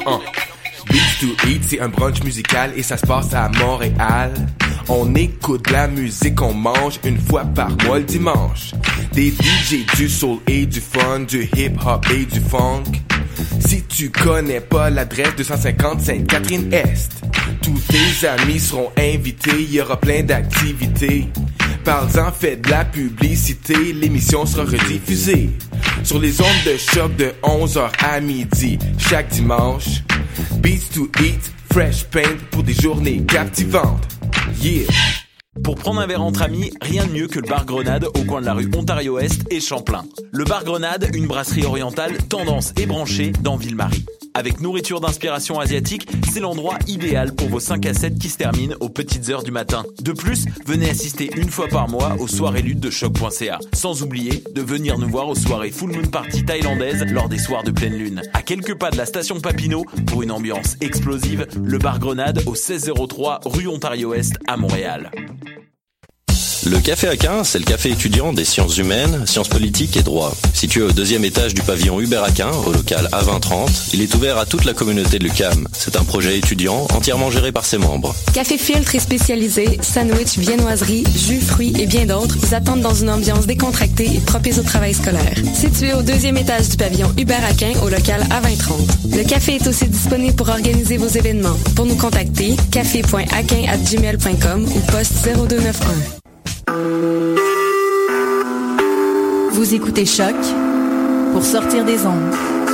Beats to Eat, c'est un brunch musical et ça se passe à Montréal. On écoute de la musique, on mange une fois par mois le dimanche. Des DJ, du soul et du fun, du hip-hop et du funk. Si tu connais pas l'adresse 250 Sainte-Catherine-Est, tous tes amis seront invités, il y aura plein d'activités. Parle-en, fais de la publicité, l'émission sera rediffusée sur les ondes de choc de 11h à midi chaque dimanche. Beats to Eat, fresh paint pour des journées captivantes. Yeah! Pour prendre un verre entre amis, rien de mieux que le bar Grenade au coin de la rue Ontario-Est et Champlain. Le bar Grenade, une brasserie orientale tendance et branchée dans Ville-Marie. Avec nourriture d'inspiration asiatique, c'est l'endroit idéal pour vos 5 à 7 qui se terminent aux petites heures du matin. De plus, venez assister une fois par mois aux soirées luttes de choc.ca. Sans oublier de venir nous voir aux soirées Full Moon Party thaïlandaises lors des soirs de pleine lune. À quelques pas de la station Papineau, pour une ambiance explosive, le bar Grenade au 1603 rue Ontario-Est à Montréal. Le Café Aquin, c'est le café étudiant des sciences humaines, sciences politiques et droit. Situé au 2e étage du pavillon Hubert Aquin, au local A2030, il est ouvert à toute la communauté de l'UQAM. C'est un projet étudiant entièrement géré par ses membres. Café filtre et spécialisé, sandwich, viennoiserie, jus, fruits et bien d'autres vous attendent dans une ambiance décontractée et propice au travail scolaire. Situé au 2e étage du pavillon Hubert Aquin, au local A2030. Le café est aussi disponible pour organiser vos événements. Pour nous contacter, café.aquin@gmail.com ou poste 0291. Vous écoutez Choc pour sortir des ondes.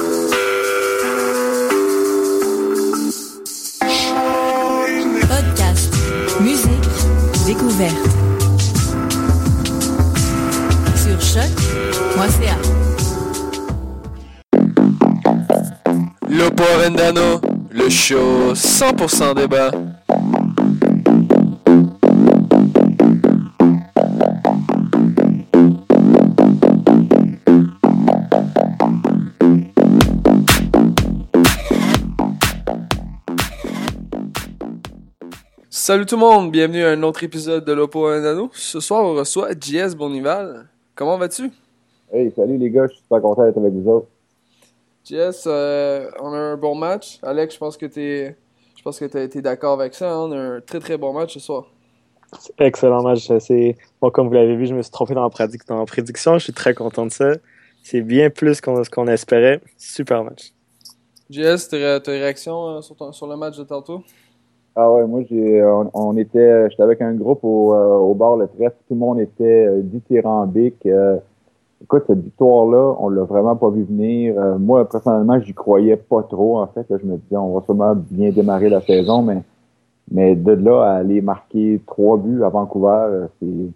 Podcast, musique, découverte. Sur choc.ca. Lopo Arendano, le show 100% débat. Salut tout le monde, bienvenue à un autre épisode de Lopo Arendano. Ce soir, on reçoit JS Bonnival. Comment vas-tu? Hey, salut les gars, je suis super content d'être avec vous autres. JS, on a un bon match. Alex, je pense que t'as été d'accord avec ça. Hein? On a un très très bon match ce soir. Excellent match. Bon, comme vous l'avez vu, je me suis trompé dans la prédiction. Je suis très content de ça. C'est bien plus ce qu'on espérait. Super match. JS, tes réactions sur le match de tantôt? Ah ouais, moi j'étais avec un groupe au bar Le Trèfle, tout le monde était dithyrambique. Écoute, cette victoire-là, on l'a vraiment pas vu venir. Moi, personnellement, j'y croyais pas trop, en fait. Là, je me disais, on va sûrement bien démarrer la saison, mais de là à aller marquer 3 buts à Vancouver,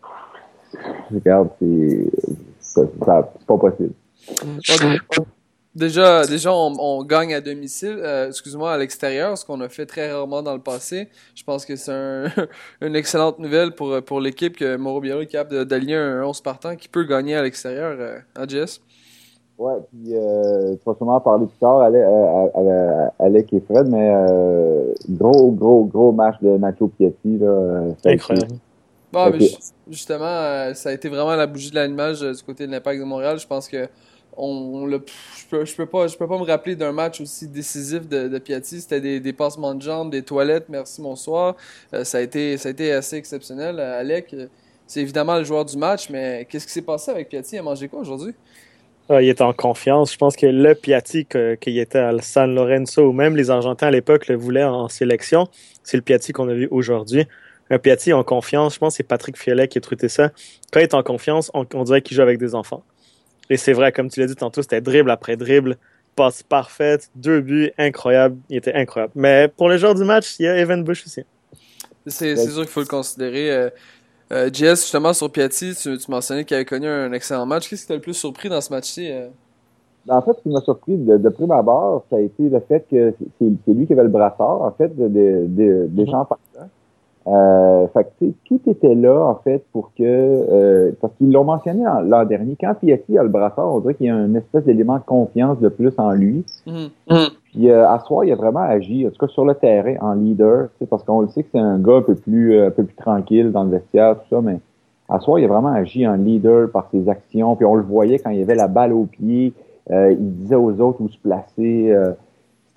c'est pas possible. Okay. Déjà, on gagne à domicile, excuse-moi, à l'extérieur, ce qu'on a fait très rarement dans le passé. Je pense que c'est une excellente nouvelle pour l'équipe que Mauro Biello est capable d'aligner un 11 partant qui peut gagner à l'extérieur, à Jess. Ouais, puis tu vas sûrement parler plus tard, Alec et Fred, mais gros match de Nacho Piatti, là. Incroyable. Bon, mais justement, ça a été vraiment la bougie de l'allumage du côté de l'Impact de Montréal. Je pense que je peux pas me rappeler d'un match aussi décisif de Piatti. C'était des passements de jambes, des toilettes, merci, bonsoir. Ça a été assez exceptionnel. Alec, c'est évidemment le joueur du match, mais qu'est-ce qui s'est passé avec Piatti? Il a mangé quoi aujourd'hui? Il était en confiance. Je pense que le Piatti qui était à San Lorenzo, ou même les Argentins à l'époque le voulaient en sélection, c'est le Piatti qu'on a vu aujourd'hui. Un Piatti en confiance, je pense que c'est Patrick Fiollet qui a tweeté ça. Quand il est en confiance, on dirait qu'il joue avec des enfants. Et c'est vrai, comme tu l'as dit tantôt, c'était dribble après dribble, passe parfaite, 2 buts, incroyable. Il était incroyable. Mais pour le joueur du match, il y a Evan Bush aussi. C'est sûr qu'il faut le considérer. JS, justement, sur Piatti, tu mentionnais qu'il avait connu un excellent match. Qu'est-ce qui t'a le plus surpris dans ce match-ci? En fait, ce qui m'a surpris de prime abord, ça a été le fait que c'est lui qui avait le brassard, en fait, des gens partants. Fait que, tu sais, tout était là, en fait, pour que, parce qu'ils l'ont mentionné l'an dernier, quand Piatti a le brassard, on dirait qu'il y a une espèce d'élément de confiance de plus en lui. Puis, à soir, il a vraiment agi, en tout cas sur le terrain, en leader, tu sais, parce qu'on le sait que c'est un gars un peu plus tranquille dans le vestiaire, tout ça, mais à soir, il a vraiment agi en leader par ses actions, puis on le voyait quand il avait la balle au pied, il disait aux autres où se placer,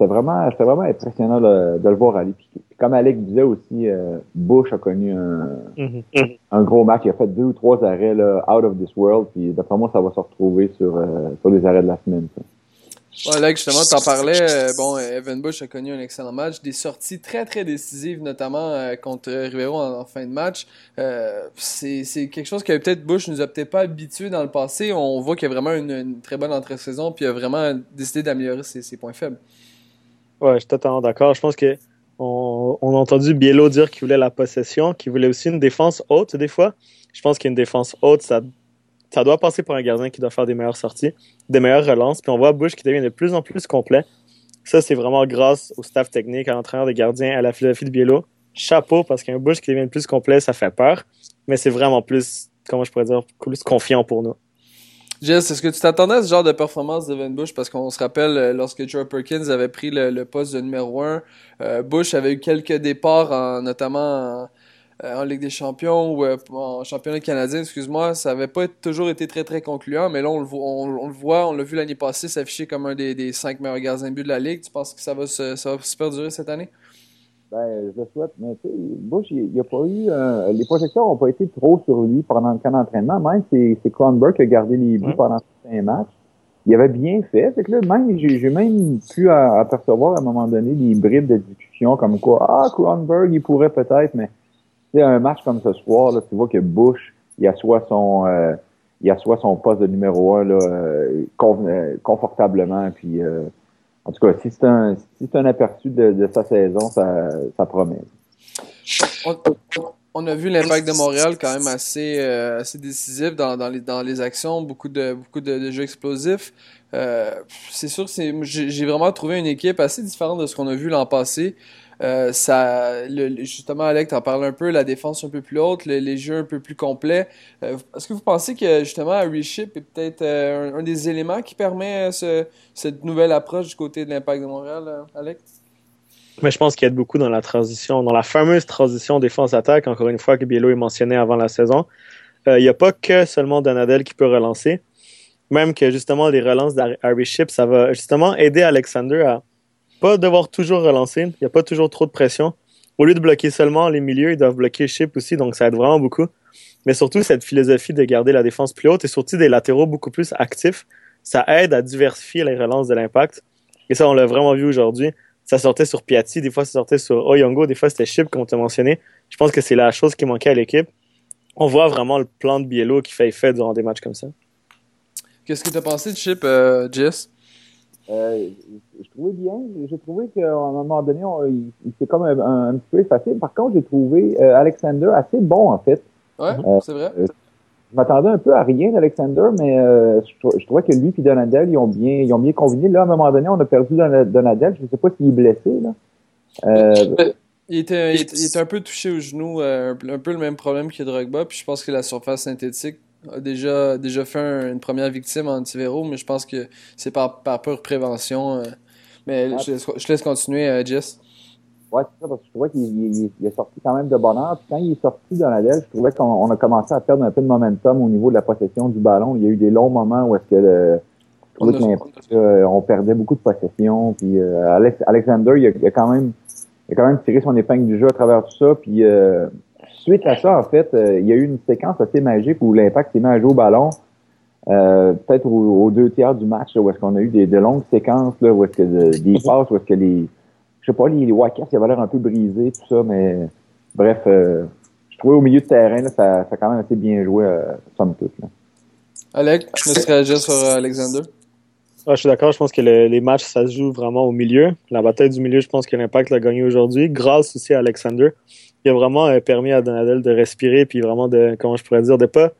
c'était vraiment impressionnant de le voir aller. Puis, comme Alex disait aussi, Bush a connu un gros match. Il a fait 2 ou 3 arrêts là, out of this world. Puis d'après moi, ça va se retrouver sur les arrêts de la semaine. Ça. Ouais, là, justement, t'en parlais. Evan Bush a connu un excellent match. Des sorties très, très décisives, notamment contre Ribeiro en fin de match. C'est quelque chose que peut-être Bush nous a peut-être pas habitués dans le passé. On voit qu'il y a vraiment une très bonne entrée-saison, puis il a vraiment décidé d'améliorer ses points faibles. Ouais, je suis totalement d'accord. Je pense que on a entendu Bielo dire qu'il voulait la possession, qu'il voulait aussi une défense haute des fois. Je pense qu'une défense haute, ça doit passer par un gardien qui doit faire des meilleures sorties, des meilleures relances. Puis on voit Bush qui devient de plus en plus complet. Ça, c'est vraiment grâce au staff technique, à l'entraîneur des gardiens, à la philosophie de Bielo. Chapeau, parce qu'un Bush qui devient de plus complet, ça fait peur. Mais c'est vraiment plus, comment je pourrais dire, plus confiant pour nous. Jess, est-ce que tu t'attendais à ce genre de performance d'Evan Bush? Parce qu'on se rappelle, lorsque Joe Perkins avait pris le poste de numéro 1, Bush avait eu quelques départs, notamment en Ligue des Champions ou en championnat canadien, excuse-moi. Ça avait pas toujours été très, très concluant, mais là, on le voit, on l'a vu l'année passée s'afficher comme un des 5 meilleurs gardiens de but de la Ligue. Tu penses que ça va se perdurer cette année? Ben, je le souhaite, mais tu sais, Bush, il a pas eu... les projecteurs n'ont pas été trop sur lui pendant le camp d'entraînement. Même, c'est Cronenberg qui a gardé les buts pendant certains matchs. Il avait bien fait. Fait que là, même, j'ai même pu apercevoir à un moment donné des bribes de discussion comme quoi, Cronenberg, il pourrait peut-être, mais tu sais, un match comme ce soir, là, tu vois que Bush, il assoit son poste de numéro 1 là, confortablement, puis... en tout cas, si c'est un aperçu de sa saison, ça promet. On a vu l'impact de Montréal quand même assez décisif dans les actions, beaucoup de jeux explosifs. C'est sûr que j'ai vraiment trouvé une équipe assez différente de ce qu'on a vu l'an passé. Justement, Alec, t'en parles un peu, la défense un peu plus haute, les jeux un peu plus complets. Est-ce que vous pensez que justement Harry Shipp est peut-être un des éléments qui permet cette nouvelle approche du côté de l'Impact de Montréal, Alec? Mais je pense qu'il y a beaucoup dans la transition, dans la fameuse transition défense-attaque, encore une fois que Bielo est mentionné avant la saison. Il n'y a pas que seulement Donadel qui peut relancer. Même que justement les relances d'Harry Shipp, ça va justement aider Alexander à pas devoir toujours relancer. Il n'y a pas toujours trop de pression. Au lieu de bloquer seulement les milieux, ils doivent bloquer Shipp aussi, donc ça aide vraiment beaucoup. Mais surtout, cette philosophie de garder la défense plus haute et surtout des latéraux beaucoup plus actifs, ça aide à diversifier les relances de l'Impact. Et ça, on l'a vraiment vu aujourd'hui. Ça sortait sur Piatti, des fois ça sortait sur Oyongo, des fois c'était Shipp, comme tu as mentionné. Je pense que c'est la chose qui manquait à l'équipe. On voit vraiment le plan de Bielo qui fait effet durant des matchs comme ça. Qu'est-ce que tu as pensé de Shipp, Jess? Je trouvais bien. J'ai trouvé qu'à un moment donné, il s'est comme un petit peu effacé. Par contre, j'ai trouvé Alexander assez bon, en fait. Ouais, c'est vrai. Je m'attendais un peu à rien d'Alexander, mais je trouvais que lui et Donadel, ils ont bien combiné. Là, à un moment donné, on a perdu Donadel. Je ne sais pas s'il est blessé, là. Il était un peu touché au genou, un peu le même problème que Drogba, puis je pense que la surface synthétique a déjà fait une première victime en Antivero, mais je pense que c'est par pure prévention. Mais je laisse continuer, Jess. Ouais, c'est ça, parce que je trouvais qu'il est sorti quand même de bonne heure. Puis quand il est sorti Donadel, je trouvais qu'on a commencé à perdre un peu de momentum au niveau de la possession du ballon. Il y a eu des longs moments où est-ce que on perdait beaucoup de possession. Puis Alexander, il a quand même tiré son épingle du jeu à travers tout ça. Puis suite à ça, en fait, il y a eu une séquence assez magique où l'Impact s'est mis à jouer au ballon. Peut-être aux 2 tiers du match, là, où est-ce qu'on a eu de longues séquences, là, où est-ce que des passes, où est-ce que je sais pas, les Wackers, ils avaient l'air un peu brisés, tout ça, mais bref, je trouvais au milieu de terrain, là, ça a quand même assez bien joué, somme toute. Là. Alec, je me serais réagi sur Alexander. Je suis d'accord, je pense que les matchs, ça se joue vraiment au milieu. La bataille du milieu, je pense que l'Impact l'a gagné aujourd'hui, grâce aussi à Alexander. Il a vraiment permis à Donadel de respirer, puis vraiment de, comment je pourrais dire, de pas...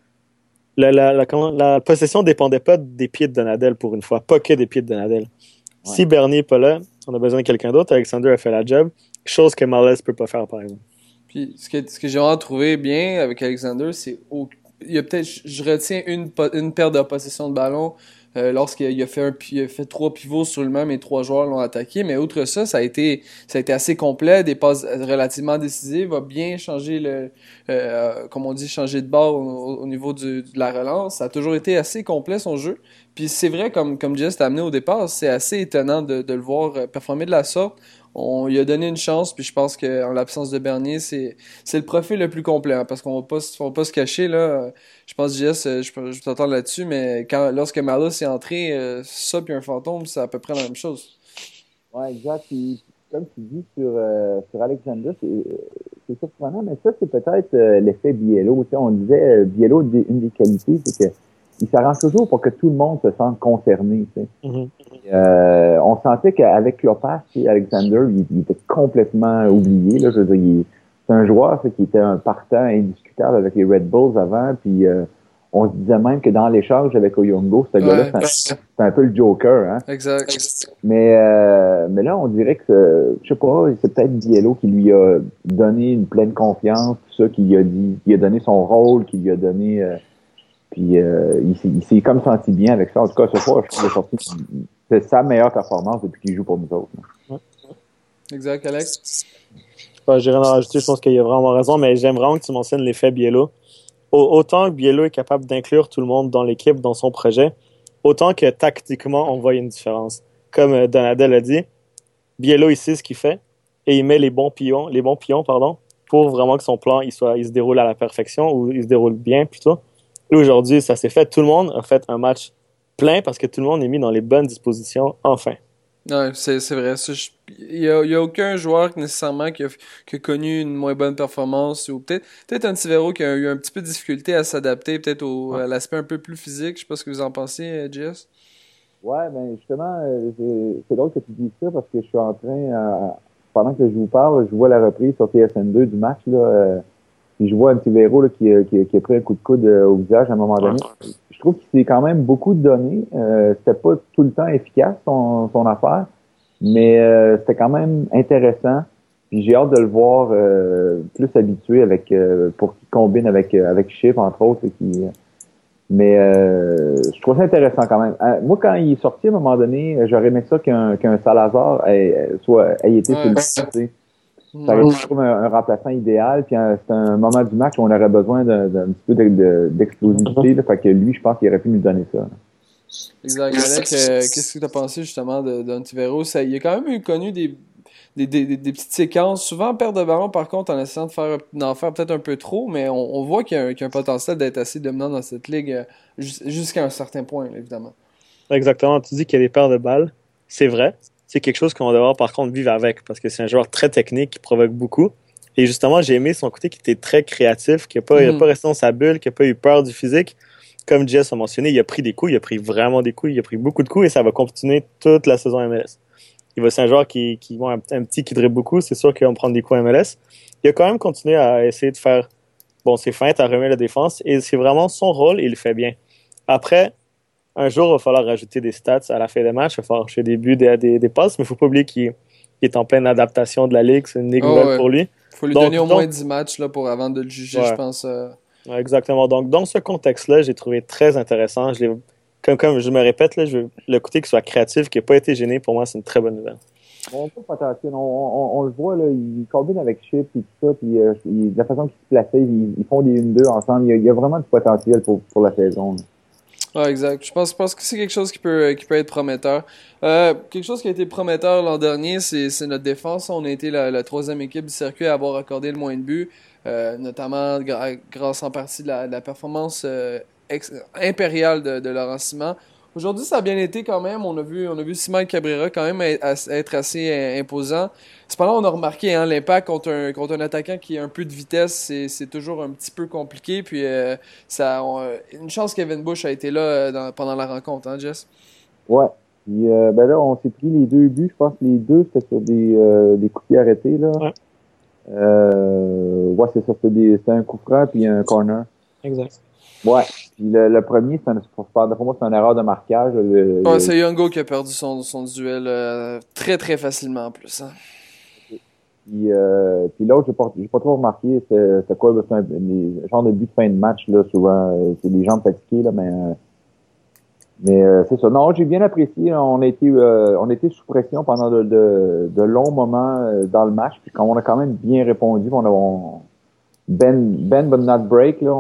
La possession dépendait pas des pieds de Donadel pour une fois, pas que des pieds de Donadel. Ouais. Si Bernier n'est pas là, on a besoin de quelqu'un d'autre. Alexander a fait la job, chose que Marles peut pas faire, par exemple. Puis ce que j'ai vraiment trouvé bien avec Alexander, c'est il y a peut-être, je retiens une perte de possession de ballon, lorsqu'il a fait 3 pivots sur lui-même et 3 joueurs l'ont attaqué. Mais outre ça, ça a été assez complet, des passes relativement décisives, a bien changé comme on dit, changer de bord au niveau de la relance. Ça a toujours été assez complet son jeu. Puis c'est vrai, comme Jess t'a amené au départ, c'est assez étonnant de le voir performer de la sorte. On lui a donné une chance, puis je pense qu'en l'absence de Bernier, c'est le profil le plus complet, hein, parce qu'on va pas se cacher, là. Je pense, Jess, je t'entends là-dessus, mais lorsque Malus est entré, ça puis un fantôme, c'est à peu près la même chose. Ouais, exact. Puis, comme tu dis sur Alexander, c'est surprenant, mais ça, c'est peut-être l'effet Biello. Tu sais, on disait, Biello, une des qualités, c'est que il s'arrange toujours pour que tout le monde se sente concerné. Tu sais. On sentait qu'avec Klopas, Alexander, il était complètement oublié. Là, je veux dire, c'est un joueur qui était un partant indiscutable avec les Red Bulls avant, puis on se disait même que dans l'échange avec Oyongo, ce gars-là, c'est un peu le Joker. Hein? Exact. Mais là, on dirait que, je sais pas, c'est peut-être Biello qui lui a donné une pleine confiance, tout ça, qui a donné son rôle, qui lui a donné... Puis il s'est comme senti bien avec ça. En tout cas, ce soir, je trouve que c'est sa meilleure performance depuis qu'il joue pour nous autres. Ouais. Exact, Alex. J'ai rien à rajouter, je pense qu'il a vraiment raison, mais j'aime vraiment que tu mentionnes l'effet Biello. Autant que Biello est capable d'inclure tout le monde dans l'équipe, dans son projet, autant que tactiquement, on voit une différence. Comme Donadel a dit, Biello, il sait ce qu'il fait et il met les bons pions, pour vraiment que son plan il se déroule à la perfection, ou il se déroule bien plutôt. Et aujourd'hui, ça s'est fait. Tout le monde a fait un match plein parce que tout le monde est mis dans les bonnes dispositions, enfin. Ouais, c'est vrai. Il y a aucun joueur nécessairement qui a connu une moins bonne performance, ou peut-être un Tivero qui a eu un petit peu de difficulté à s'adapter peut-être à l'aspect un peu plus physique. Je sais pas ce que vous en pensez, Jess. Ouais, ben justement, c'est drôle que tu dises ça parce que je suis en train, pendant que je vous parle, je vois la reprise sur TSN2 du match, là. Puis je vois un Tivero là, qui a pris un coup de coude au visage à un moment donné. Je trouve qu'il s'est quand même beaucoup donné. C'était pas tout le temps efficace son affaire, mais c'était quand même intéressant. Puis j'ai hâte de le voir plus habitué pour qu'il combine avec Chip, entre autres. Mais je trouve ça intéressant quand même. Moi, quand il est sorti à un moment donné, j'aurais aimé ça qu'un Salazar ait été sur le côté. Ça aurait été comme un remplaçant idéal, puis c'est un moment du match où on aurait besoin d'un petit peu d'explosivité, fait que lui, je pense qu'il aurait pu nous donner ça. Exact. Alex, qu'est-ce que tu as pensé justement d'un Tivero? Il a quand même connu des petites séquences, souvent perte de ballon par contre, en essayant d'en faire peut-être un peu trop, mais on voit qu'il y a un potentiel d'être assez dominant dans cette ligue jusqu'à un certain point, évidemment. Exactement, tu dis qu'il y a des pertes de balles, c'est vrai. C'est quelque chose qu'on va devoir par contre vivre avec parce que c'est un joueur très technique qui provoque beaucoup. Et justement, j'ai aimé son côté qui était très créatif, qui n'a pas resté dans sa bulle, qui n'a pas eu peur du physique. Comme Jess a mentionné, il a pris des coups, il a pris vraiment des coups, il a pris beaucoup de coups et ça va continuer toute la saison MLS. C'est un joueur qui un petit qui dribble beaucoup, c'est sûr qu'il va prendre des coups MLS. Il a quand même continué à essayer de faire ses feintes, à remettre la défense et c'est vraiment son rôle et il le fait bien. Après, un jour, il va falloir rajouter des stats à la fin des matchs. Il va falloir acheter des buts, des passes, mais il ne faut pas oublier qu'il est en pleine adaptation de la Ligue. C'est une ligue nouvelle pour lui. Il faut lui donner au moins 10 matchs là, avant de le juger, je pense. Exactement. Donc, dans ce contexte-là, j'ai trouvé très intéressant. Comme je me répète, là, le côté qu'il soit créatif, qu'il n'ait pas été gêné, pour moi, c'est une très bonne nouvelle. On peut pas attention. On le voit, là, il combine avec Chip et tout ça, puis la façon qu'il se plaçait, ils font des 1-2 ensemble. Il y a vraiment du potentiel pour la saison. Là. Ah, exact. Je pense que c'est quelque chose qui peut être prometteur. Quelque chose qui a été prometteur l'an dernier, c'est notre défense. On a été la troisième équipe du circuit à avoir accordé le moins de buts, notamment grâce en partie de la performance impériale de Laurent Simon. Aujourd'hui, ça a bien été quand même. On a vu Simon Cabrera quand même être assez imposant. Cependant, on a remarqué l'impact contre un attaquant qui a un peu de vitesse, c'est toujours un petit peu compliqué. Puis une chance Kevin Bush a été là pendant la rencontre, hein, Jess? Ouais. Puis là, on s'est pris les 2 buts. Je pense que les 2, c'était sur des coups de pied arrêtés, là. Ouais. C'est ça. C'était un coup franc puis un corner. Exact. Ouais. Puis le premier, pour moi, c'est une erreur de marquage. C'est Yongo qui a perdu son duel très, très facilement en plus. Hein. Puis l'autre, j'ai pas trop remarqué, c'est quoi, c'est un genre de but de fin de match, là, souvent, c'est des jambes fatiguées, là, Mais c'est ça. Non, j'ai bien apprécié. On a été sous pression pendant de longs moments dans le match. Puis quand on a quand même bien répondu, Ben but not break, là,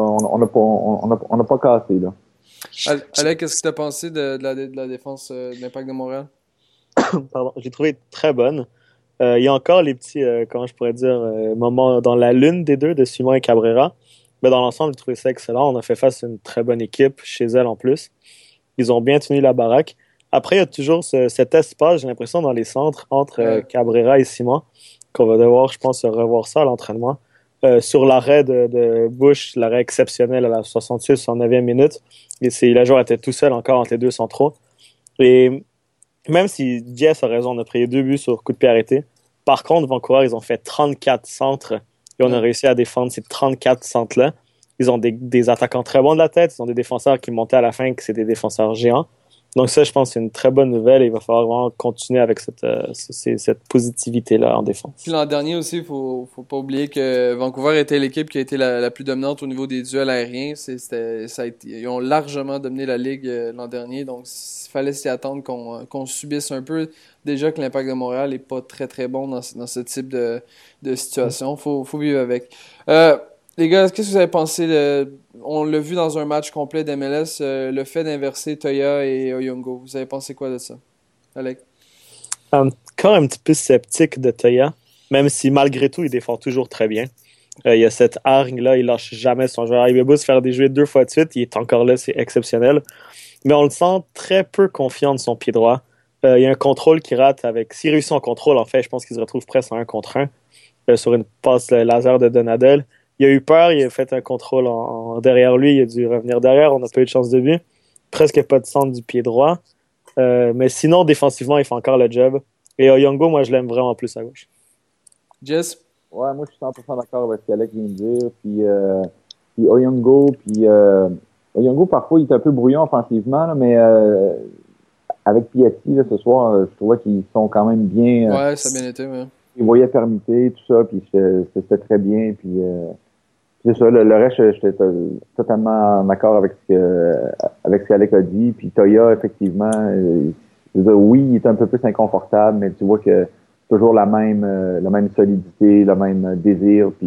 on n'a pas cassé, là. Alec, qu'est-ce que tu as pensé de la défense de l'Impact de Montréal? Pardon, je l'ai trouvé très bonne. Il y a encore les petits, comment je pourrais dire, moments dans la lune des deux, de Simon et Cabrera. Mais dans l'ensemble, j'ai trouvé ça excellent. On a fait face à une très bonne équipe chez elle en plus. Ils ont bien tenu la baraque. Après, il y a toujours cet espace, j'ai l'impression, dans les centres entre Cabrera et Simon, qu'on va devoir, je pense, revoir ça à l'entraînement. Sur l'arrêt de Bush, l'arrêt exceptionnel à la 68-69e minute, la joueur était tout seul encore entre les deux centraux. Et même si Jess a raison, on a pris 2 buts sur coup de pied arrêté. Par contre, Vancouver, ils ont fait 34 centres et on a réussi à défendre ces 34 centres-là. Ils ont des attaquants très bons de la tête, ils ont des défenseurs qui montaient à la fin, que c'est des défenseurs géants. Donc ça, je pense, c'est une très bonne nouvelle et il va falloir vraiment continuer avec cette positivité-là en défense. Puis l'an dernier aussi, faut pas oublier que Vancouver était l'équipe qui a été la plus dominante au niveau des duels aériens. Ils ont largement dominé la Ligue l'an dernier, donc il fallait s'y attendre qu'on subisse un peu. Déjà que l'Impact de Montréal n'est pas très très bon dans ce type de situation. Faut vivre avec. Les gars, qu'est-ce que vous avez pensé on l'a vu dans un match complet d'MLS, le fait d'inverser Toya et Oyongo. Vous avez pensé quoi de ça, Alec? Encore un petit peu sceptique de Toya, même si malgré tout, il défend toujours très bien. Il y a cette hargne-là, il lâche jamais son joueur. Il va beau se faire déjouer 2 fois de suite, il est encore là, c'est exceptionnel. Mais on le sent très peu confiant de son pied droit. Il y a un contrôle qui rate s'il réussit en contrôle, en fait, je pense qu'il se retrouve presque en 1 contre 1 sur une passe laser de Donadel. Il a eu peur, il a fait un contrôle derrière lui, il a dû revenir derrière, on n'a pas eu de chance de but. Presque pas de centre du pied droit. Mais sinon, défensivement, il fait encore le job. Et Oyongo, moi, je l'aime vraiment plus à gauche. Jess? Ouais, moi, je suis 100% d'accord avec ce qu'Alec vient de dire. Puis Oyongo, Oyongo, parfois, il est un peu brouillon offensivement, là, mais avec Piatti, là, ce soir, je trouvais qu'ils sont quand même bien. Ouais, ça a bien été, ouais. Ils voyaient permuter, tout ça, puis c'était très bien, puis c'est ça, le reste, j'étais totalement en accord avec ce qu'Alec a dit, puis Toya, effectivement, je veux dire, oui, il est un peu plus inconfortable, mais tu vois que toujours la même solidité, le même désir, puis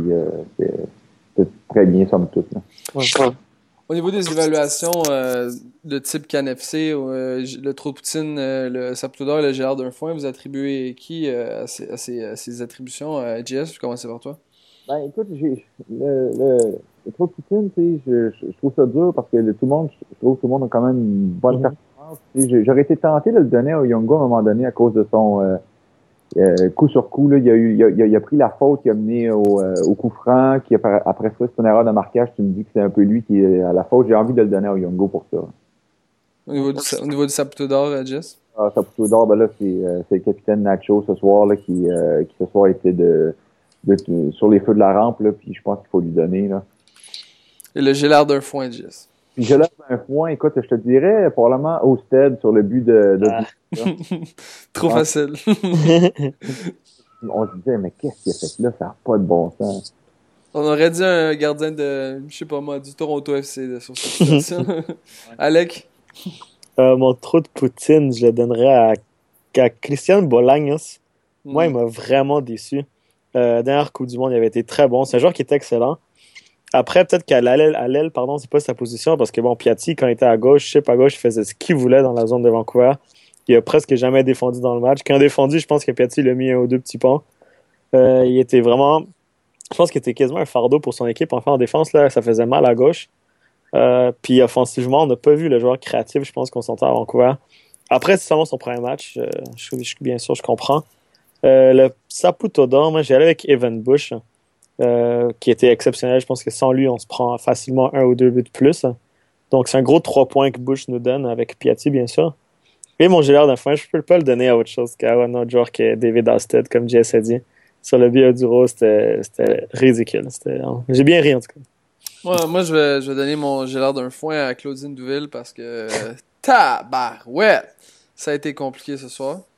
c'est très bien, somme toute, là. Ouais. Au niveau des évaluations de type CanFC, le trou de poutine, le Saputo d'or et le Gérard d'un foin, vous attribuez qui à ces attributions? JS, je commence par toi. Ben écoute, le trou de poutine, tu sais, je trouve ça dur parce que tout le monde a quand même une bonne performance. J'aurais été tenté de le donner à Oyongo à un moment donné à cause de son coup sur coup, là, il a pris la faute qui a mené au coup franc, après ça, c'est une erreur de marquage, tu me dis que c'est un peu lui qui est à la faute. J'ai envie de le donner à Oyongo pour ça. Au niveau du Saputo d'or, Jess? Saputo d'or, ben là, c'est le capitaine Nacho ce soir, là, qui ce soir était sur les feux de la rampe, là, puis je pense qu'il faut lui donner, là. Et le Gélard d'un foin, Jess. Puis Gélard d'un foin, écoute, je te dirais, probablement Osted sur le but de Trop facile. On se disait, mais qu'est-ce qu'il a fait là? Ça n'a pas de bon sens. On aurait dit un gardien de, je sais pas moi, du Toronto FC sur cette situation. Alec? Mon trou de poutine, je le donnerais à Christian Bolaños. Moi, il m'a vraiment déçu. Dernière Coupe du Monde, il avait été très bon. C'est un joueur qui était excellent. Après, peut-être qu'à l'aile, pardon, c'est pas sa position, parce que bon, Piatti, quand il était à gauche, chip à gauche, il faisait ce qu'il voulait dans la zone de Vancouver. Il a presque jamais défendu dans le match. Quand il a défendu, je pense que Piatti l'a mis 1 ou 2 petits ponts. Il était vraiment, je pense qu'il était quasiment un fardeau pour son équipe. Enfin, en défense, là, ça faisait mal à gauche. Puis offensivement, on n'a pas vu le joueur créatif, je pense, qu'on s'entend à Vancouver. Après, c'est seulement son premier match. Bien sûr, je comprends. Le Saputo d'or, moi, j'ai allé avec Evan Bush, qui était exceptionnel. Je pense que sans lui, on se prend facilement 1 ou 2 buts de plus. Donc, c'est un gros 3 points que Bush nous donne avec Piatti, bien sûr. Et mon Gélard d'un foin, je peux pas le donner à autre chose qu'à un autre joueur que David Osted, comme Jess a dit. Sur le but du Rose, c'était ridicule. J'ai bien ri, en tout cas. Moi, je vais donner mon Gélard d'un foin à Claudine Douville parce que tabarouette! Ça a été compliqué ce soir.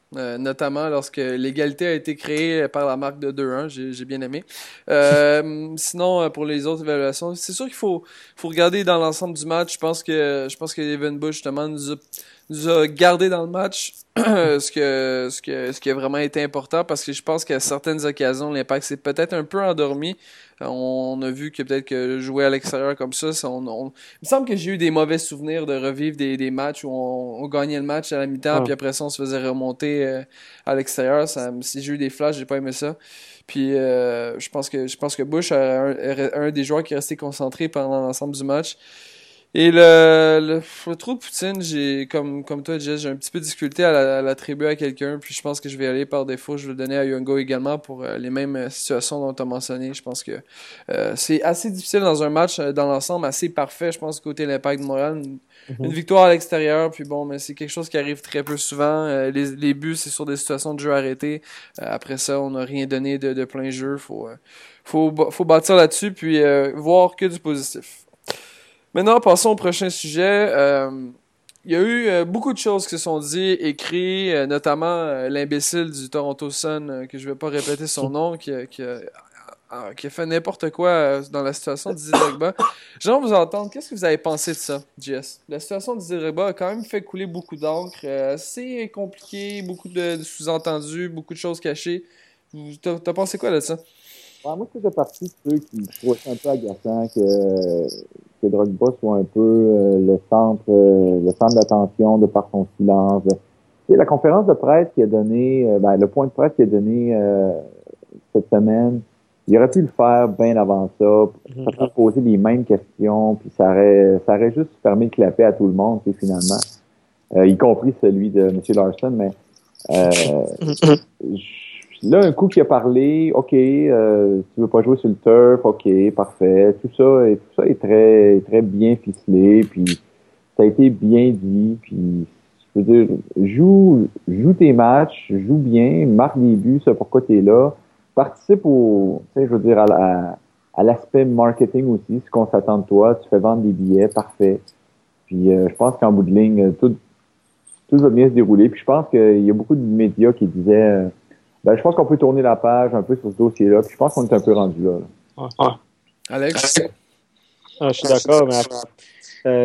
notamment lorsque l'égalité a été créée par la marque de 2-1. J'ai bien aimé. Sinon, pour les autres évaluations, c'est sûr qu'il faut regarder dans l'ensemble du match. Je pense que Evan Bush, justement, nous a gardé dans le match ce qui a vraiment été important, parce que je pense qu'à certaines occasions, l'Impact s'est peut-être un peu endormi. On a vu que peut-être que jouer à l'extérieur comme ça, il me semble que j'ai eu des mauvais souvenirs de revivre des matchs où on gagnait le match à la mi-temps, puis après ça, on se faisait remonter à l'extérieur. Si j'ai eu des flashs, j'ai pas aimé ça. Puis je pense que Bush est un des joueurs qui est resté concentré pendant l'ensemble du match. Et le trou de poutine, j'ai comme toi, Jess, j'ai un petit peu de difficulté à l'attribuer à quelqu'un, puis je pense que je vais aller par défaut. Je vais le donner à Yungo également pour les mêmes situations dont tu as mentionné. Je pense que c'est assez difficile dans un match dans l'ensemble, assez parfait, je pense, côté l'Impact de Montréal. Une victoire à l'extérieur, puis bon, mais c'est quelque chose qui arrive très peu souvent. Les buts, c'est sur des situations de jeu arrêtées. Après ça, on n'a rien donné de plein jeu. Faut bâtir là-dessus, puis voir que du positif. Maintenant, passons au prochain sujet. Il y a eu beaucoup de choses qui se sont dites, écrites, notamment l'imbécile du Toronto Sun, que je vais pas répéter son nom, qui a fait n'importe quoi dans la situation de Didier Drogba. J'aimerais vous entendre. Qu'est-ce que vous avez pensé de ça, Jess? La situation de Didier Drogba a quand même fait couler beaucoup d'encre, assez compliqué, beaucoup de sous-entendus, beaucoup de choses cachées. T'as pensé quoi de ça? Ouais, moi, je faisais partie de ceux qui trouvaient ça un peu agaçant que Drogba soit un peu le centre d'attention de par son silence. Tu sais, la conférence de presse qu'il a donné, le point de presse qu'il a donné cette semaine, il aurait pu le faire bien avant ça, ça aurait posé les mêmes questions, puis ça aurait juste fermé le clapet à tout le monde, tu sais, finalement, y compris celui de M. Larson, mais là, un coup qu'il a parlé, OK, tu veux pas jouer sur le turf, OK, parfait. Tout ça est très, très bien ficelé, puis ça a été bien dit, puis je veux dire, joue tes matchs, joue bien, marque des buts, c'est pourquoi tu es là. Participe tu sais, je veux dire, à l'aspect marketing aussi, ce qu'on s'attend de toi, tu fais vendre des billets, parfait. Puis je pense qu'en bout de ligne, tout va bien se dérouler. Puis je pense qu'il y a beaucoup de médias qui disaient je pense qu'on peut tourner la page un peu sur ce dossier-là. Puis je pense qu'on est un peu rendu là. Ouais. Alex? Je suis d'accord, mais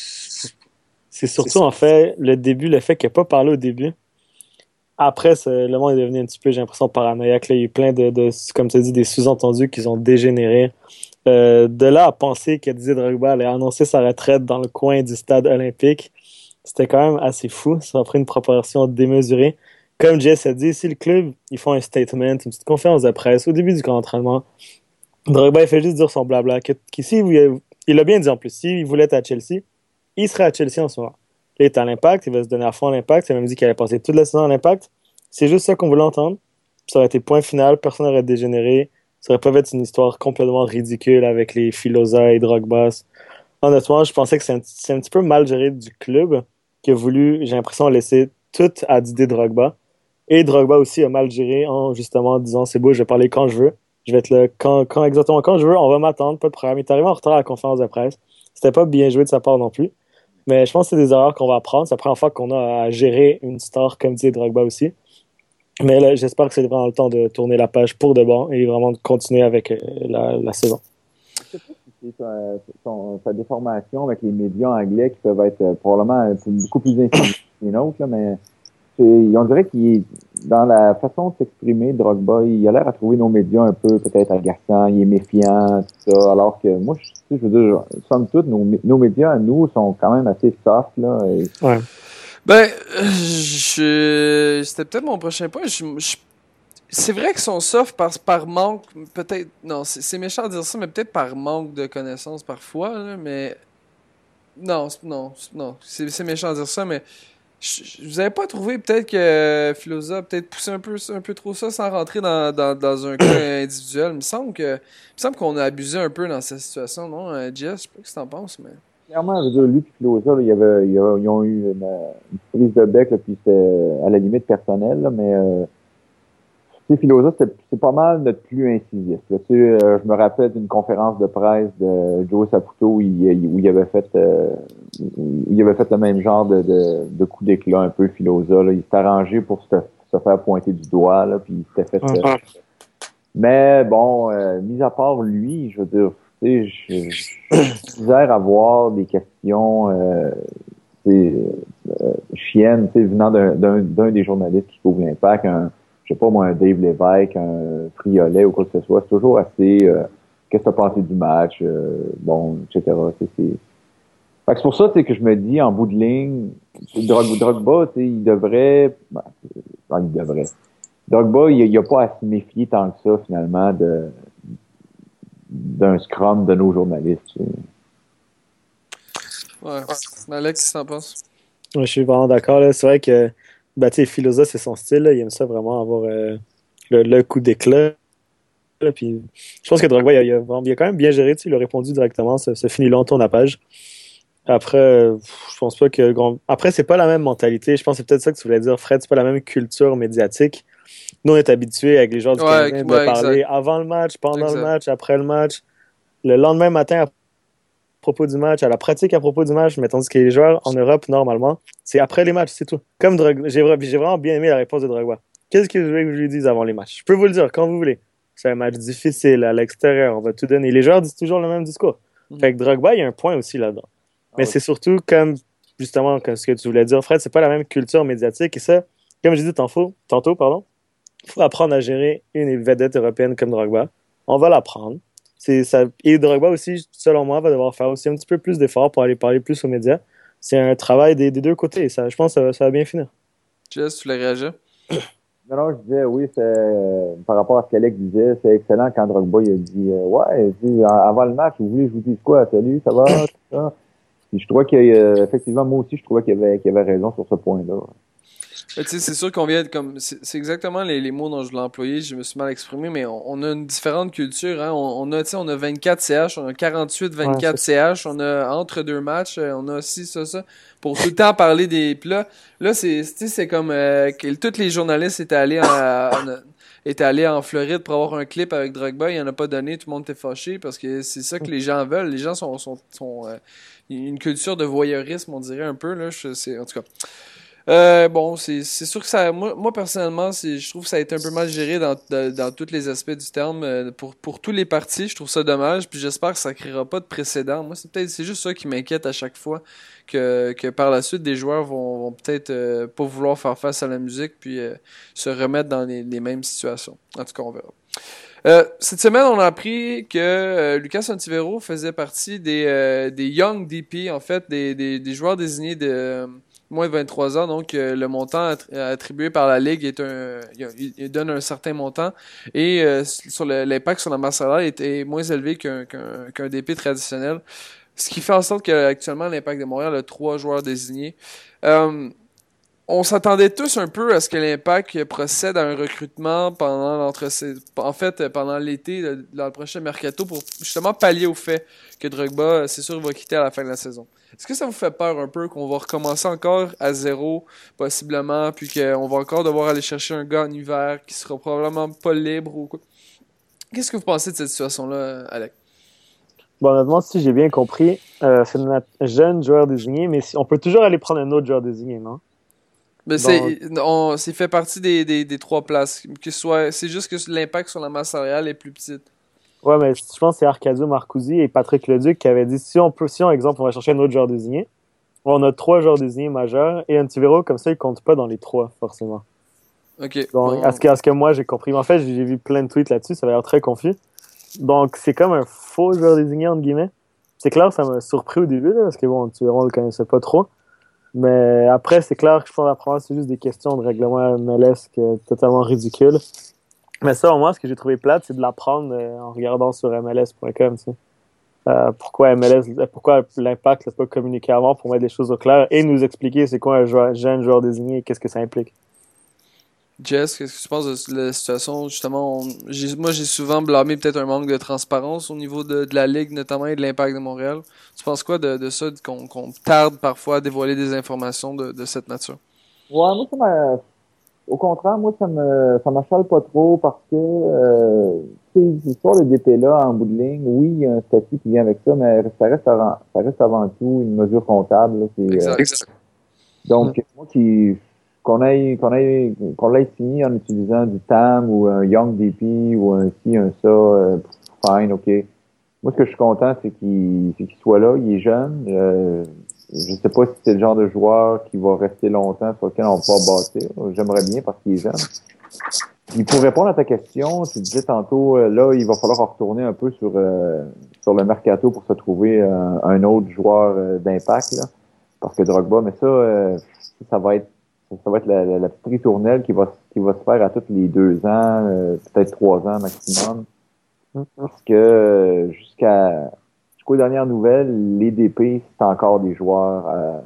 c'est surtout, en fait, le fait qu'il n'ait pas parlé au début. Après, le monde est devenu un petit peu, j'ai l'impression, paranoïaque. Là, il y a eu plein de comme tu as dit, des sous-entendus qui ont dégénéré. De là à penser que Didier Drogba allait annoncer sa retraite dans le coin du stade olympique, c'était quand même assez fou. Ça a pris une proportion démesurée. Comme Jess a dit, si le club, ils font un statement, une petite conférence de presse au début du camp d'entraînement, Drogba, il fait juste dire son blabla. Il a bien dit en plus, s'il voulait être à Chelsea, il serait à Chelsea en ce moment. Là, il est à l'Impact, il va se donner à fond à l'Impact. Il a même dit qu'il allait passer toute la saison à l'Impact. C'est juste ça qu'on voulait entendre. Ça aurait été point final, personne n'aurait dégénéré. Ça aurait pas fait une histoire complètement ridicule avec les Filosa et Drogba. Honnêtement, je pensais que c'est un petit peu mal géré du club qui a voulu, j'ai l'impression, laisser tout à Didier Drogba. Et Drogba aussi a mal géré en justement disant c'est beau, je vais parler quand je veux. Je vais être là exactement quand je veux, on va m'attendre, pas de problème. Il est arrivé en retard à la conférence de presse. C'était pas bien joué de sa part non plus. Mais je pense que c'est des erreurs qu'on va apprendre. C'est la première fois qu'on a à gérer une star comme dit Drogba aussi. Mais là, j'espère que c'est vraiment le temps de tourner la page pour de bon et vraiment de continuer avec la saison. Je sais pas si c'est sa déformation avec les médias anglais qui peuvent être probablement beaucoup plus intelligents que les nôtres, là, mais on dirait qu'il est dans la façon de s'exprimer, Drogba, il a l'air à trouver nos médias un peu peut-être agaçants, il est méfiant, tout ça, alors que moi, je veux dire, somme toute, nos médias à nous sont quand même assez soft, là. Ouais. C'était peut-être mon prochain point. C'est vrai qu'ils sont soft par manque, peut-être, non, c'est méchant de dire ça, mais peut-être par manque de connaissances parfois, là, mais non, c'est méchant de dire ça, mais vous avez pas trouvé peut-être que Filosa a peut-être poussé un peu trop ça sans rentrer dans un cas individuel? Il me semble qu'on a abusé un peu dans cette situation, non, Jess? Je sais pas ce que t'en penses, mais... Clairement, je veux dire, lui et Filosa, là, ils ont eu une prise de bec, là, puis c'était à la limite personnelle, là, mais Filosa, c'est pas mal notre plus incisif. Là, je me rappelle d'une conférence de presse de Joe Saputo où il avait fait le même genre de coup d'éclat un peu Filosa. Là. Il s'est arrangé pour se faire pointer du doigt, là, puis il s'était fait. Mais bon, mis à part lui, je veux dire, tu sais, je misère à voir des questions chiennes, tu sais, venant d'un des journalistes qui couvre l'Impact, je sais pas moi, un Dave Lévesque, un Friolet ou quoi que ce soit. C'est toujours assez qu'est-ce que t'as pensé du match, bon, etc. Fait que c'est pour ça que je me dis, en bout de ligne, Drogba, tu sais, il devrait. Drogba, il n'y a pas à se méfier tant que ça, finalement, d'un scrum de nos journalistes. Tu sais. Ouais. Alex, qu'est-ce que t'en penses? Ouais, je suis vraiment d'accord. Là. C'est vrai que Filosa, c'est son style. Là. Il aime ça vraiment avoir le coup d'éclat. Là. Puis, je pense que Drogba, il a quand même bien géré. Il a répondu directement. Ça finit long, tourne la page. Après, je pense pas que... Après, c'est pas la même mentalité. Je pense que c'est peut-être ça que tu voulais dire, Fred. C'est pas la même culture médiatique. Nous, on est habitués avec les joueurs du Canadien de parler avant le match, pendant le match, après le match, le lendemain matin à propos du match, à la pratique à propos du match, mais tandis que les joueurs en Europe, normalement, c'est après les matchs, c'est tout. Comme Drogba, j'ai vraiment bien aimé la réponse de Drogba. Qu'est-ce que je voulais que je lui dise avant les matchs? Je peux vous le dire quand vous voulez. C'est un match difficile à l'extérieur, on va tout donner. Les joueurs disent toujours le même discours. Fait que Drogba, il y a un point aussi là-dedans. Mais c'est surtout comme, justement, comme ce que tu voulais dire, Fred, c'est pas la même culture médiatique. Et ça, comme j'ai dit tantôt, il faut apprendre à gérer une vedette européenne comme Drogba. On va l'apprendre. Et Drogba aussi, selon moi, va devoir faire aussi un petit peu plus d'efforts pour aller parler plus aux médias. C'est un travail des deux côtés. Ça, je pense que ça va bien finir. Jess, tu voulais réagir? Non, je disais, oui, par rapport à ce qu'Alex disait, c'est excellent quand Drogba il a dit avant le match, vous voulez que je vous dise quoi? Salut, ça va? Tout ça. Puis je trouvais qu'effectivement, moi aussi, je trouvais qu'il avait raison sur ce point-là. Tu sais, c'est sûr qu'on vient comme c'est exactement les mots dont je l'ai employé, je me suis mal exprimé, mais on a une différente culture, hein. On a 24 CH, on a 48 24 CH, on a entre deux matchs, on a aussi ça pour tout le temps parler des plats. Là c'est comme que tous les journalistes étaient allés en Floride pour avoir un clip avec Drogba, il en a pas donné, tout le monde était fâché parce que c'est ça que les gens veulent. Les gens sont une culture de voyeurisme, on dirait un peu là, en tout cas. Bon, c'est sûr que ça, moi personnellement, je trouve que ça a été un peu mal géré dans tous les aspects du terme. Pour tous les partis, je trouve ça dommage. Puis j'espère que ça créera pas de précédent. Moi, c'est juste ça qui m'inquiète à chaque fois que par la suite des joueurs vont peut-être pas vouloir faire face à la musique puis se remettre dans les mêmes situations. En tout cas, on verra. Cette semaine, on a appris que Lucas Ontivero faisait partie des Young DP, en fait, des joueurs désignés de moins de 23 ans, donc le montant attribué par la Ligue il donne un certain montant et sur l'impact sur la masse salariale était moins élevé qu'un DP traditionnel, ce qui fait en sorte qu'actuellement l'Impact de Montréal a 3 joueurs désignés. On s'attendait tous un peu à ce que l'Impact procède à un recrutement pendant l'été, dans le prochain mercato, pour justement pallier au fait que Drogba, c'est sûr, va quitter à la fin de la saison. Est-ce que ça vous fait peur un peu qu'on va recommencer encore à zéro, possiblement, puis qu'on va encore devoir aller chercher un gars en hiver qui sera probablement pas libre ou quoi? Qu'est-ce que vous pensez de cette situation-là, Alec? Bon, honnêtement, si j'ai bien compris, c'est notre jeune joueur désigné, mais on peut toujours aller prendre un autre joueur désigné, non? Mais c'est fait partie des 3 places. C'est juste que l'impact sur la masse salariale est plus petite. Ouais, mais je pense que c'est Arcadio Marcusi et Patrick Leduc qui avaient dit si on, exemple, on va chercher un autre joueur désigné, on a 3 joueurs désignés majeurs et Ontivero, comme ça, il compte pas dans les 3, forcément. OK. Donc, bon. à ce que moi, j'ai compris. Mais en fait, j'ai vu plein de tweets là-dessus, ça avait l'air très confus. Donc, c'est comme un faux joueur désigné, entre guillemets. C'est clair, ça m'a surpris au début, là, parce que bon, Ontivero, on le connaissait pas trop. Mais après, c'est clair que je pense qu'après, c'est juste des questions de règlement MLS totalement ridicules. Mais ça, au moins, ce que j'ai trouvé plate, c'est de l'apprendre en regardant sur MLS.com. Tu sais. Pourquoi l'Impact n'a pas communiqué avant pour mettre les choses au clair et nous expliquer c'est quoi un jeune joueur désigné et qu'est-ce que ça implique. Jess, qu'est-ce que tu penses de la situation? Justement, moi, j'ai souvent blâmé peut-être un manque de transparence au niveau de la Ligue, notamment, et de l'Impact de Montréal. Tu penses quoi de ça, qu'on tarde parfois à dévoiler des informations de cette nature? Ouais, moi, au contraire, moi, ça m'achale pas trop parce que, l'histoire de DP-là, en bout de ligne, oui, il y a un statut qui vient avec ça, mais ça reste avant tout une mesure comptable, là. Exact. Donc, moi, qu'on l'ait signé en utilisant du TAM ou un Young DP ou un ci, un ça, fine, OK. Moi, ce que je suis content, c'est qu'il soit là, il est jeune. Je sais pas si c'est le genre de joueur qui va rester longtemps sur lequel on va pas bâtir. J'aimerais bien parce qu'il est jeune. Puis pour répondre à ta question, tu disais tantôt, là, il va falloir retourner un peu sur le mercato pour se trouver un autre joueur d'impact, là. Parce que Drogba, mais ça va être la petite ritournelle qui va se faire à tous les 2 ans, peut-être 3 ans maximum. Parce que jusqu'aux dernières nouvelles, les DP, c'est encore des joueurs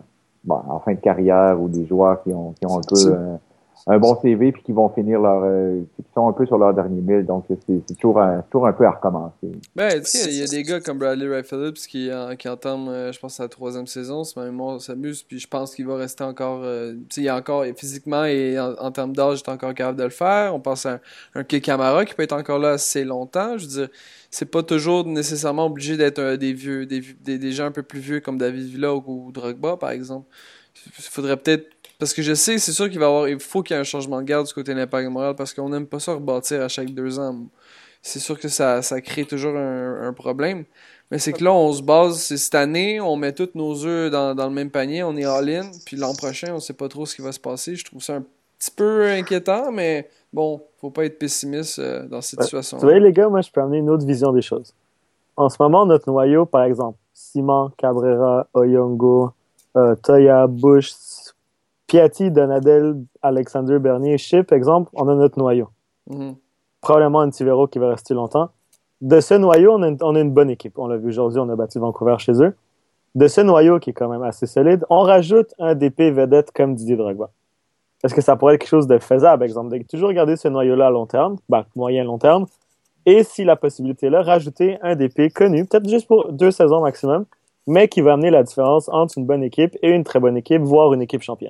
en fin de carrière ou des joueurs qui ont un peu un bon CV puis qui vont finir qui sont un peu sur leur dernier mille. Donc c'est toujours un peu à recommencer. Ben, tu sais, il y a des gars comme Bradley Wright Phillips qui entament, je pense, sa 3e saison. Si ma mémoire s'amuse, puis je pense qu'il va rester encore. Tu sais, il est encore physiquement et en termes d'âge, il est encore capable de le faire. On pense à un Kei Kamara qui peut être encore là assez longtemps. Je veux dire, c'est pas toujours nécessairement obligé d'être des gens un peu plus vieux comme David Villa ou Drogba, par exemple. Il faudrait peut-être. Parce que je sais, c'est sûr il faut qu'il y ait un changement de garde du côté de l'Impact de Montréal parce qu'on n'aime pas ça rebâtir à chaque 2 ans. C'est sûr que ça crée toujours un problème. Mais c'est que là, on se base, c'est cette année, on met tous nos œufs dans le même panier, on est all-in, puis l'an prochain, on sait pas trop ce qui va se passer. Je trouve ça un petit peu inquiétant, mais bon, faut pas être pessimiste dans cette situation. Tu vois, les gars, moi, je peux amener une autre vision des choses. En ce moment, notre noyau, par exemple, Simon, Cabrera, Oyongo, Toya, Bush, Piatti, Donadel, Alexander Bernier, Chip, exemple, on a notre noyau. Mm-hmm. Probablement un Tivero qui va rester longtemps. De ce noyau, on a une bonne équipe. On l'a vu aujourd'hui, on a battu Vancouver chez eux. De ce noyau qui est quand même assez solide, on rajoute un DP vedette comme Didier Drogba. Est-ce que ça pourrait être quelque chose de faisable, exemple, de toujours garder ce noyau-là à long terme, moyen-long terme, et si la possibilité est là, rajouter un DP connu, peut-être juste pour 2 saisons maximum, mais qui va amener la différence entre une bonne équipe et une très bonne équipe, voire une équipe championne.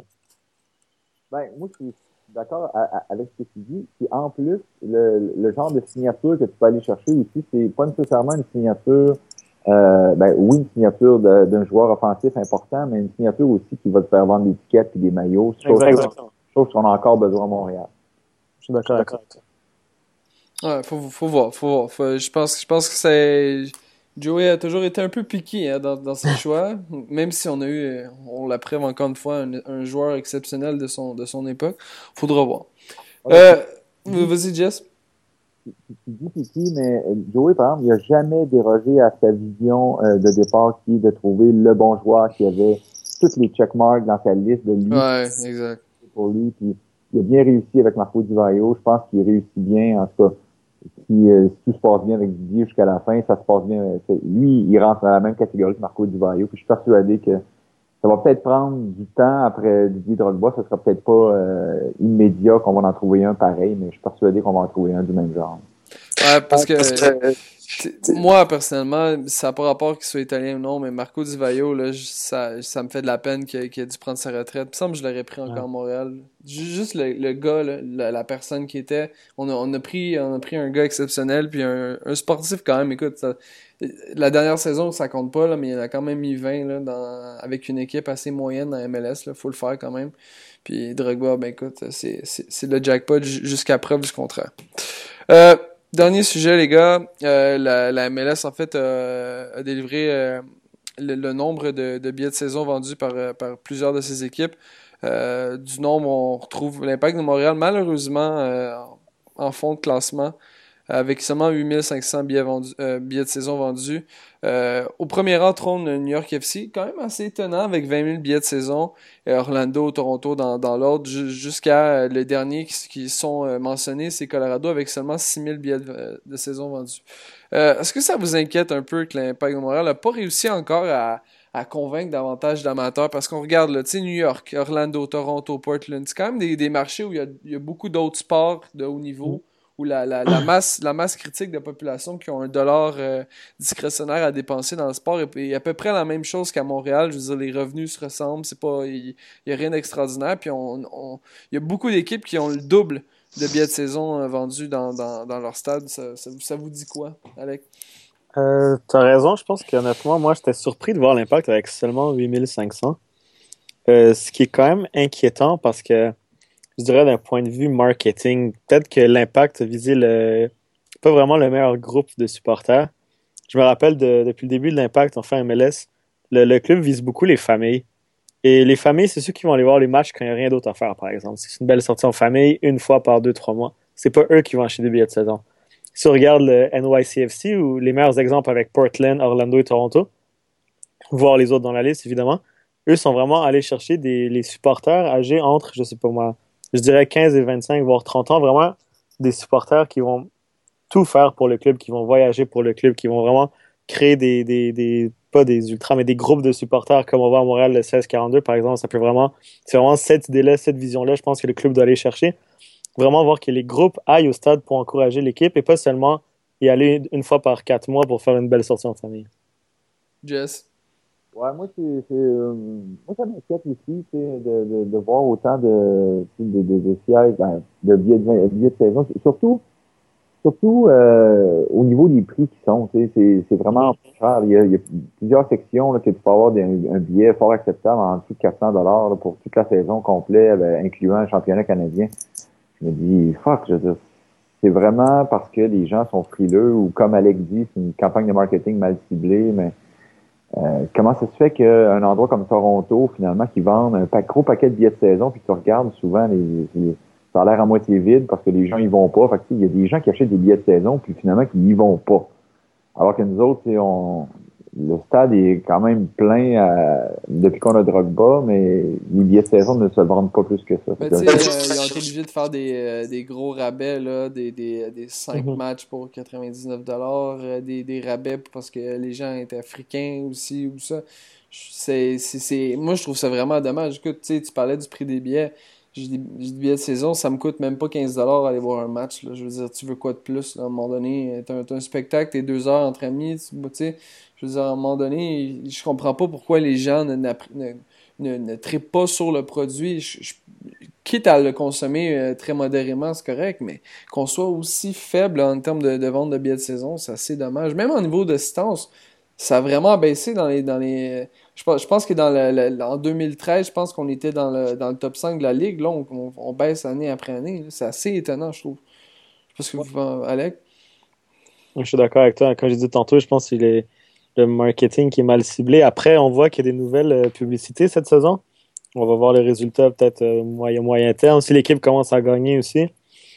Ben, moi, je suis d'accord avec ce que tu dis. Puis en plus, le genre de signature que tu peux aller chercher aussi, c'est pas nécessairement une signature, oui, une signature d'un joueur offensif important, mais une signature aussi qui va te faire vendre des tickets et des maillots. Chose qu'on a encore besoin à Montréal. Je suis d'accord avec ça. Ouais, faut voir. Je pense que c'est. Joey a toujours été un peu piqué dans ses choix, même si on l'approuve encore une fois, un joueur exceptionnel de son époque. Faudra voir. Vas-y, Jess. Tu dis piqué, mais Joey, par exemple, il n'a jamais dérogé à sa vision de départ qui est de trouver le bon joueur qui avait toutes les checkmarks dans sa liste de lui. Ouais, exact. Pour lui, puis il a bien réussi avec Marco Di Vaio. Je pense qu'il réussit bien, en tout cas. Si tout se passe bien avec Didier jusqu'à la fin, ça se passe bien. Lui, il rentre dans la même catégorie que Marco Di Vaio. Puis je suis persuadé que ça va peut-être prendre du temps après Didier Drogba. Ça sera peut-être pas immédiat qu'on va en trouver un pareil, mais je suis persuadé qu'on va en trouver un du même genre. Ouais, parce que moi, personnellement, ça n'a pas rapport qu'il soit italien ou non, mais Marco Di Vaio, là, ça me fait de la peine qu'il ait dû prendre sa retraite. Il me semble que je l'aurais pris encore à Montréal. Juste le gars, là, la personne qui était. On a pris un gars exceptionnel, puis un sportif quand même. Écoute, la dernière saison, ça compte pas, là, mais il en a quand même mis 20 là, avec une équipe assez moyenne dans MLS. Il faut le faire quand même. Puis Drogba, ben écoute, c'est le jackpot jusqu'à preuve du contraire. Dernier sujet, les gars. La MLS, en fait, a délivré le nombre de billets de saison vendus par plusieurs de ses équipes. Du nombre, on retrouve l'Impact de Montréal, malheureusement, en fond de classement, avec seulement 8500 billets de saison vendus. Au premier rang trône New York FC, quand même assez étonnant, avec 20 000 billets de saison. Orlando, Toronto dans l'ordre, jusqu'à le dernier qui sont mentionnés, c'est Colorado, avec seulement 6 000 billets de saison vendus. Est-ce que ça vous inquiète un peu que l'Impact de Montréal n'a pas réussi encore à convaincre davantage d'amateurs? Parce qu'on regarde, là, tu sais, New York, Orlando, Toronto, Portland, c'est quand même des marchés où il y a beaucoup d'autres sports de haut niveau, la masse critique de population qui ont $1 discrétionnaire à dépenser dans le sport est à peu près la même chose qu'à Montréal. Je veux dire, les revenus se ressemblent, il y a rien d'extraordinaire. Puis il y a beaucoup d'équipes qui ont le double de billets de saison vendus dans leur stade. Ça vous dit quoi, Alec? T'as raison, je pense qu'honnêtement, moi, j'étais surpris de voir l'Impact avec seulement 8500. Ce qui est quand même inquiétant parce que, je dirais d'un point de vue marketing, peut-être que l'Impact visait pas vraiment le meilleur groupe de supporters. Je me rappelle depuis le début de l'Impact, enfin MLS, le club vise beaucoup les familles. Et les familles, c'est ceux qui vont aller voir les matchs quand il n'y a rien d'autre à faire, par exemple. C'est une belle sortie en famille, une fois par 2-3 mois. C'est pas eux qui vont acheter des billets de saison. Si on regarde le NYCFC, ou les meilleurs exemples avec Portland, Orlando et Toronto, voir les autres dans la liste, évidemment, eux sont vraiment allés chercher les supporters âgés entre, je sais pas moi, je dirais 15 et 25, voire 30 ans, vraiment des supporters qui vont tout faire pour le club, qui vont voyager pour le club, qui vont vraiment créer pas des ultras, mais des groupes de supporters, comme on voit à Montréal, le 1642, par exemple. C'est vraiment cette idée-là, cette vision-là, je pense que le club doit aller chercher. Vraiment voir que les groupes aillent au stade pour encourager l'équipe et pas seulement y aller une fois par 4 mois pour faire une belle sortie en famille. Jess? Ouais, moi, moi, ça m'inquiète aussi, de voir autant de sièges, de billets de saison. Surtout au niveau des prix qui sont, c'est vraiment cher. Il y a plusieurs sections là, que tu peux avoir un billet fort acceptable en dessous de $400 là, pour toute la saison complète, incluant le championnat canadien. Je me dis, je veux dire, c'est vraiment parce que les gens sont frileux ou, comme Alex dit, c'est une campagne de marketing mal ciblée, mais comment ça se fait qu'un endroit comme Toronto, finalement, qui vendent un gros paquet de billets de saison, puis tu regardes souvent, ça a l'air à moitié vide parce que les gens y vont pas. Fait que, il y a des gens qui achètent des billets de saison, puis finalement, qui y vont pas. Alors que nous autres, le stade est quand même plein depuis qu'on a Drogba, mais les billets de saison ne se vendent pas plus que ça. Mais ils ont été obligés de faire des gros rabais, là, des 5 matchs pour $99, des rabais parce que les gens étaient africains aussi, ou ça. Moi, je trouve ça vraiment dommage. Écoute, tu parlais du prix des billets. J'ai des billets de saison, ça me coûte même pas $15 aller voir un match. Là. Je veux dire, tu veux quoi de plus? Là, à un moment donné, t'as un spectacle, t'es 2 heures entre amis, tu sais. Je veux dire, à un moment donné, je comprends pas pourquoi les gens ne trippent pas sur le produit. Quitte à le consommer très modérément, c'est correct, mais qu'on soit aussi faible en termes de vente de billets de saison, c'est assez dommage. Même au niveau d'assistance, ça a vraiment baissé dans les je pense que en 2013, je pense qu'on était dans le top 5 de la ligue. Là, on baisse année après année. Là. C'est assez étonnant, je trouve. Je sais pas ce que vous pensez, Alec? Je suis d'accord avec toi. Comme j'ai dit tantôt, je pense que c'est le marketing qui est mal ciblé. Après, on voit qu'il y a des nouvelles publicités cette saison. On va voir les résultats peut-être moyen terme. Si l'équipe commence à gagner aussi.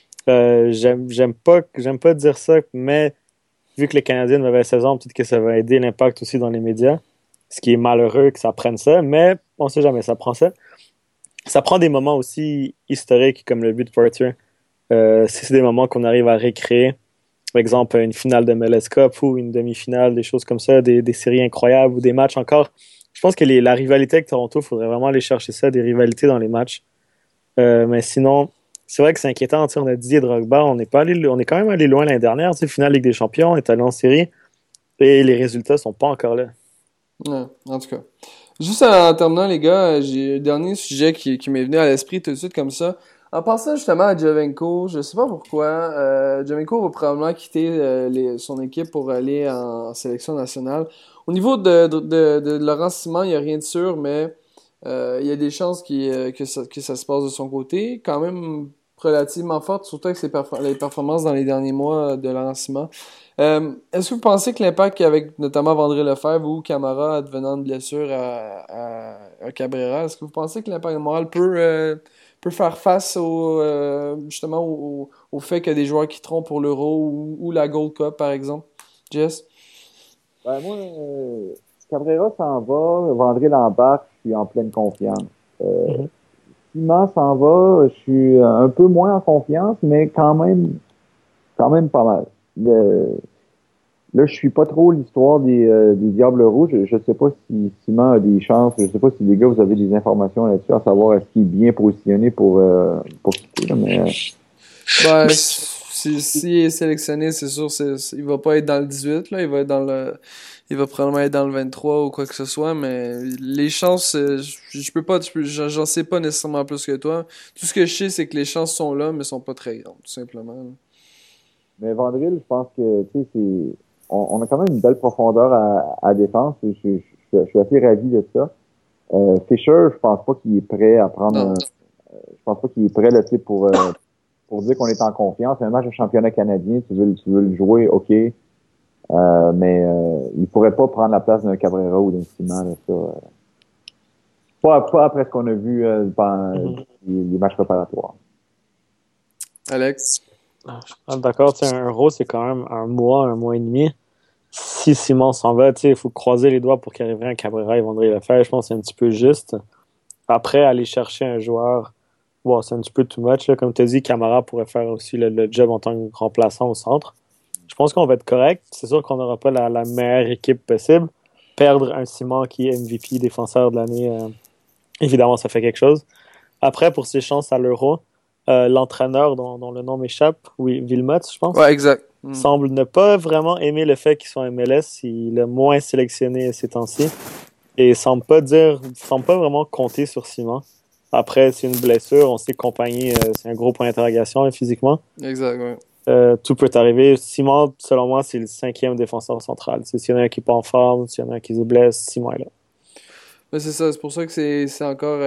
J'aime pas dire ça, mais vu que les Canadiens ont une mauvaise saison, peut-être que ça va aider l'Impact aussi dans les médias. Ce qui est malheureux que ça prenne ça, mais on sait jamais, ça prend ça. Ça prend des moments aussi historiques comme le but de Porter. C'est des moments qu'on arrive à récréer. Par exemple, une finale de MLS Cup ou une demi-finale, des choses comme ça, des séries incroyables ou des matchs encore. Je pense que la rivalité avec Toronto, il faudrait vraiment aller chercher ça, des rivalités dans les matchs. Mais sinon, c'est vrai que c'est inquiétant. On a Didier Drogba, on est quand même allé loin l'année dernière. Finale Ligue des Champions, on est allé en série et les résultats sont pas encore là. Ouais, en tout cas. Juste en terminant, les gars, j'ai un dernier sujet qui m'est venu à l'esprit tout de suite comme ça. En passant justement à Giovenco, je sais pas pourquoi, Giovenco va probablement quitter son équipe pour aller en sélection nationale. Au niveau de Laurent Simon, il n'y a rien de sûr, mais il y a des chances que ça se passe de son côté. Quand même relativement forte, surtout avec les performances dans les derniers mois de Laurent Simon. Est-ce que vous pensez que l'impact avec notamment Vandré Lefebvre ou Camara advenant de blessure à Cabrera, est-ce que vous pensez que l'impact de Montréal peut faire face justement au fait qu'il y a des joueurs qui quitteront pour l'Euro ou la Gold Cup, par exemple? Jess? Ben moi, Cabrera s'en va, Vandré l'embarque, je suis en pleine confiance. Simon s'en va, je suis un peu moins en confiance, mais quand même pas mal. Là, je suis pas trop l'histoire des Diables Rouges. Je sais pas si Simon a des chances. Je sais pas si les gars, vous avez des informations là-dessus, à savoir est-ce qu'il est bien positionné pour quitter. Mais... S'il est sélectionné, c'est sûr, il va pas être dans le 18, là, il va probablement être dans le 23 ou quoi que ce soit, mais les chances, je peux pas, j'en sais pas nécessairement plus que toi. Tout ce que je sais, c'est que les chances sont là, mais sont pas très grandes, tout simplement. Mais Vandril, je pense que, tu sais, on a quand même une belle profondeur à défense. Je suis assez ravi de ça. Fisher, je pense pas qu'il est prêt à prendre je pense pas qu'il est prêt, là, tu sais, pour dire qu'on est en confiance. Un match de championnat canadien, tu veux le jouer, OK. Mais il pourrait pas prendre la place d'un Cabrera ou d'un Simon, là, ça. Pas après ce qu'on a vu pendant les matchs préparatoires. Alex? Je suis d'accord, tu sais, un Euro, c'est quand même un mois et demi. Si Simon s'en va, tu sais, il faut croiser les doigts pour qu'il arriverait un Cabrera et Vandré le faire. Je pense que c'est un petit peu juste. Après, aller chercher un joueur, bon, c'est un petit peu too much, là. Comme tu as dit, Camara pourrait faire aussi le job en tant que remplaçant au centre. Je pense qu'on va être correct. C'est sûr qu'on n'aura pas la meilleure équipe possible. Perdre un Simon qui est MVP, défenseur de l'année, évidemment, ça fait quelque chose. Après, pour ses chances à l'Euro, l'entraîneur dont le nom m'échappe, oui, Villemot, je pense. Ouais, exact. Semble ne pas vraiment aimer le fait qu'ils soient MLS. Il est moins sélectionné ces temps-ci. Et semble pas vraiment compter sur Simon. Après, c'est une blessure. On sait que Compagnie, c'est un gros point d'interrogation physiquement. Exact, ouais. Tout peut arriver. Simon, selon moi, c'est le 5e défenseur central. S'il y en a un qui n'est pas en forme, s'il y en a un qui se blesse, Simon est là. Mais c'est ça, c'est pour ça que c'est encore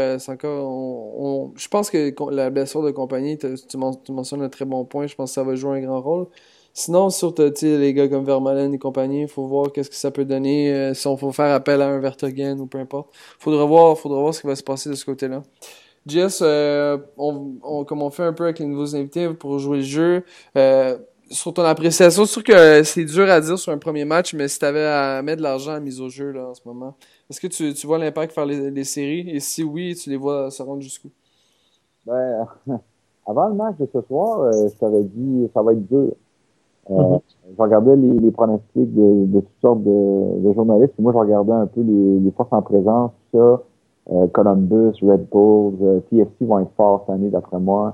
je pense que la blessure de Compagnie, tu mentionnes un très bon point, je pense que ça va jouer un grand rôle. Sinon, surtout, tu sais, les gars comme Vermaelen et compagnie, il faut voir qu'est-ce que ça peut donner, si on faut faire appel à un Vertonghen ou peu importe. Faudra voir ce qui va se passer de ce côté-là. Jess, comme on fait un peu avec les nouveaux invités pour jouer le jeu, sur ton appréciation, c'est sûr que c'est dur à dire sur un premier match, mais si tu avais à mettre de l'argent à mise au jeu là, en ce moment, est-ce que tu vois l'Impact faire les séries? Et si oui, tu les vois se rendre jusqu'où? Ben, avant le match de ce soir, je t'avais dit ça va être dur. Je regardais les pronostics de toutes sortes de journalistes. Et moi, je regardais un peu les forces en présence, tout ça. Columbus, Red Bulls, TFC vont être forts cette année, d'après moi.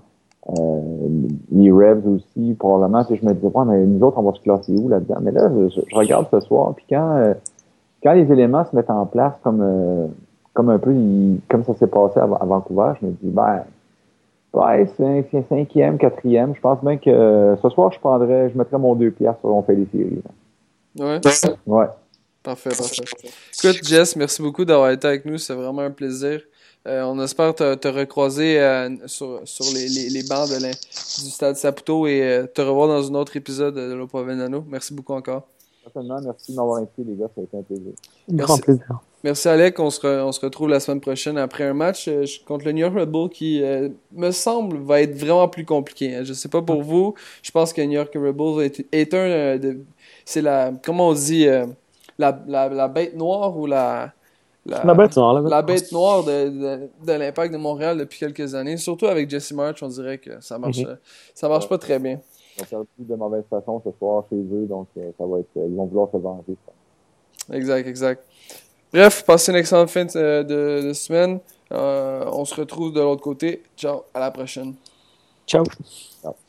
Les Revs aussi, probablement. Je me disais, ouais, mais nous autres, on va se classer où là-dedans? Mais là, je regarde ce soir, puis quand les éléments se mettent en place comme un peu comme ça s'est passé à Vancouver, je me dis, ben, ouais, c'est 5e, 4e. Je pense bien que ce soir, je mettrais mon 2 piastres sur on fait les séries. Là. Ouais? Ouais. Parfait. Écoute, Jess, merci beaucoup d'avoir été avec nous. C'est vraiment un plaisir. On espère te recroiser sur les bancs du Stade Saputo et te revoir dans un autre épisode de l'Opa Venano. Merci beaucoup encore. Certainement, merci de m'avoir invité, les gars. Ça a été un plaisir. Grand plaisir. Merci, Alec. On se retrouve la semaine prochaine après un match contre le New York Red Bull qui, me semble, va être vraiment plus compliqué. Hein. Je sais pas pour vous. Je pense que New York Red Bull est un c'est comment on dit, la bête noire ou la bête noire de l'Impact de Montréal depuis quelques années. Surtout avec Jesse March, on dirait que ça marche pas très bien. Ils ont perdu de mauvaise façon ce soir chez eux, donc ça va être. Ils vont vouloir se venger. Exact. Bref, passez une excellente fin de semaine. On se retrouve de l'autre côté. Ciao, à la prochaine. Ciao. Ciao.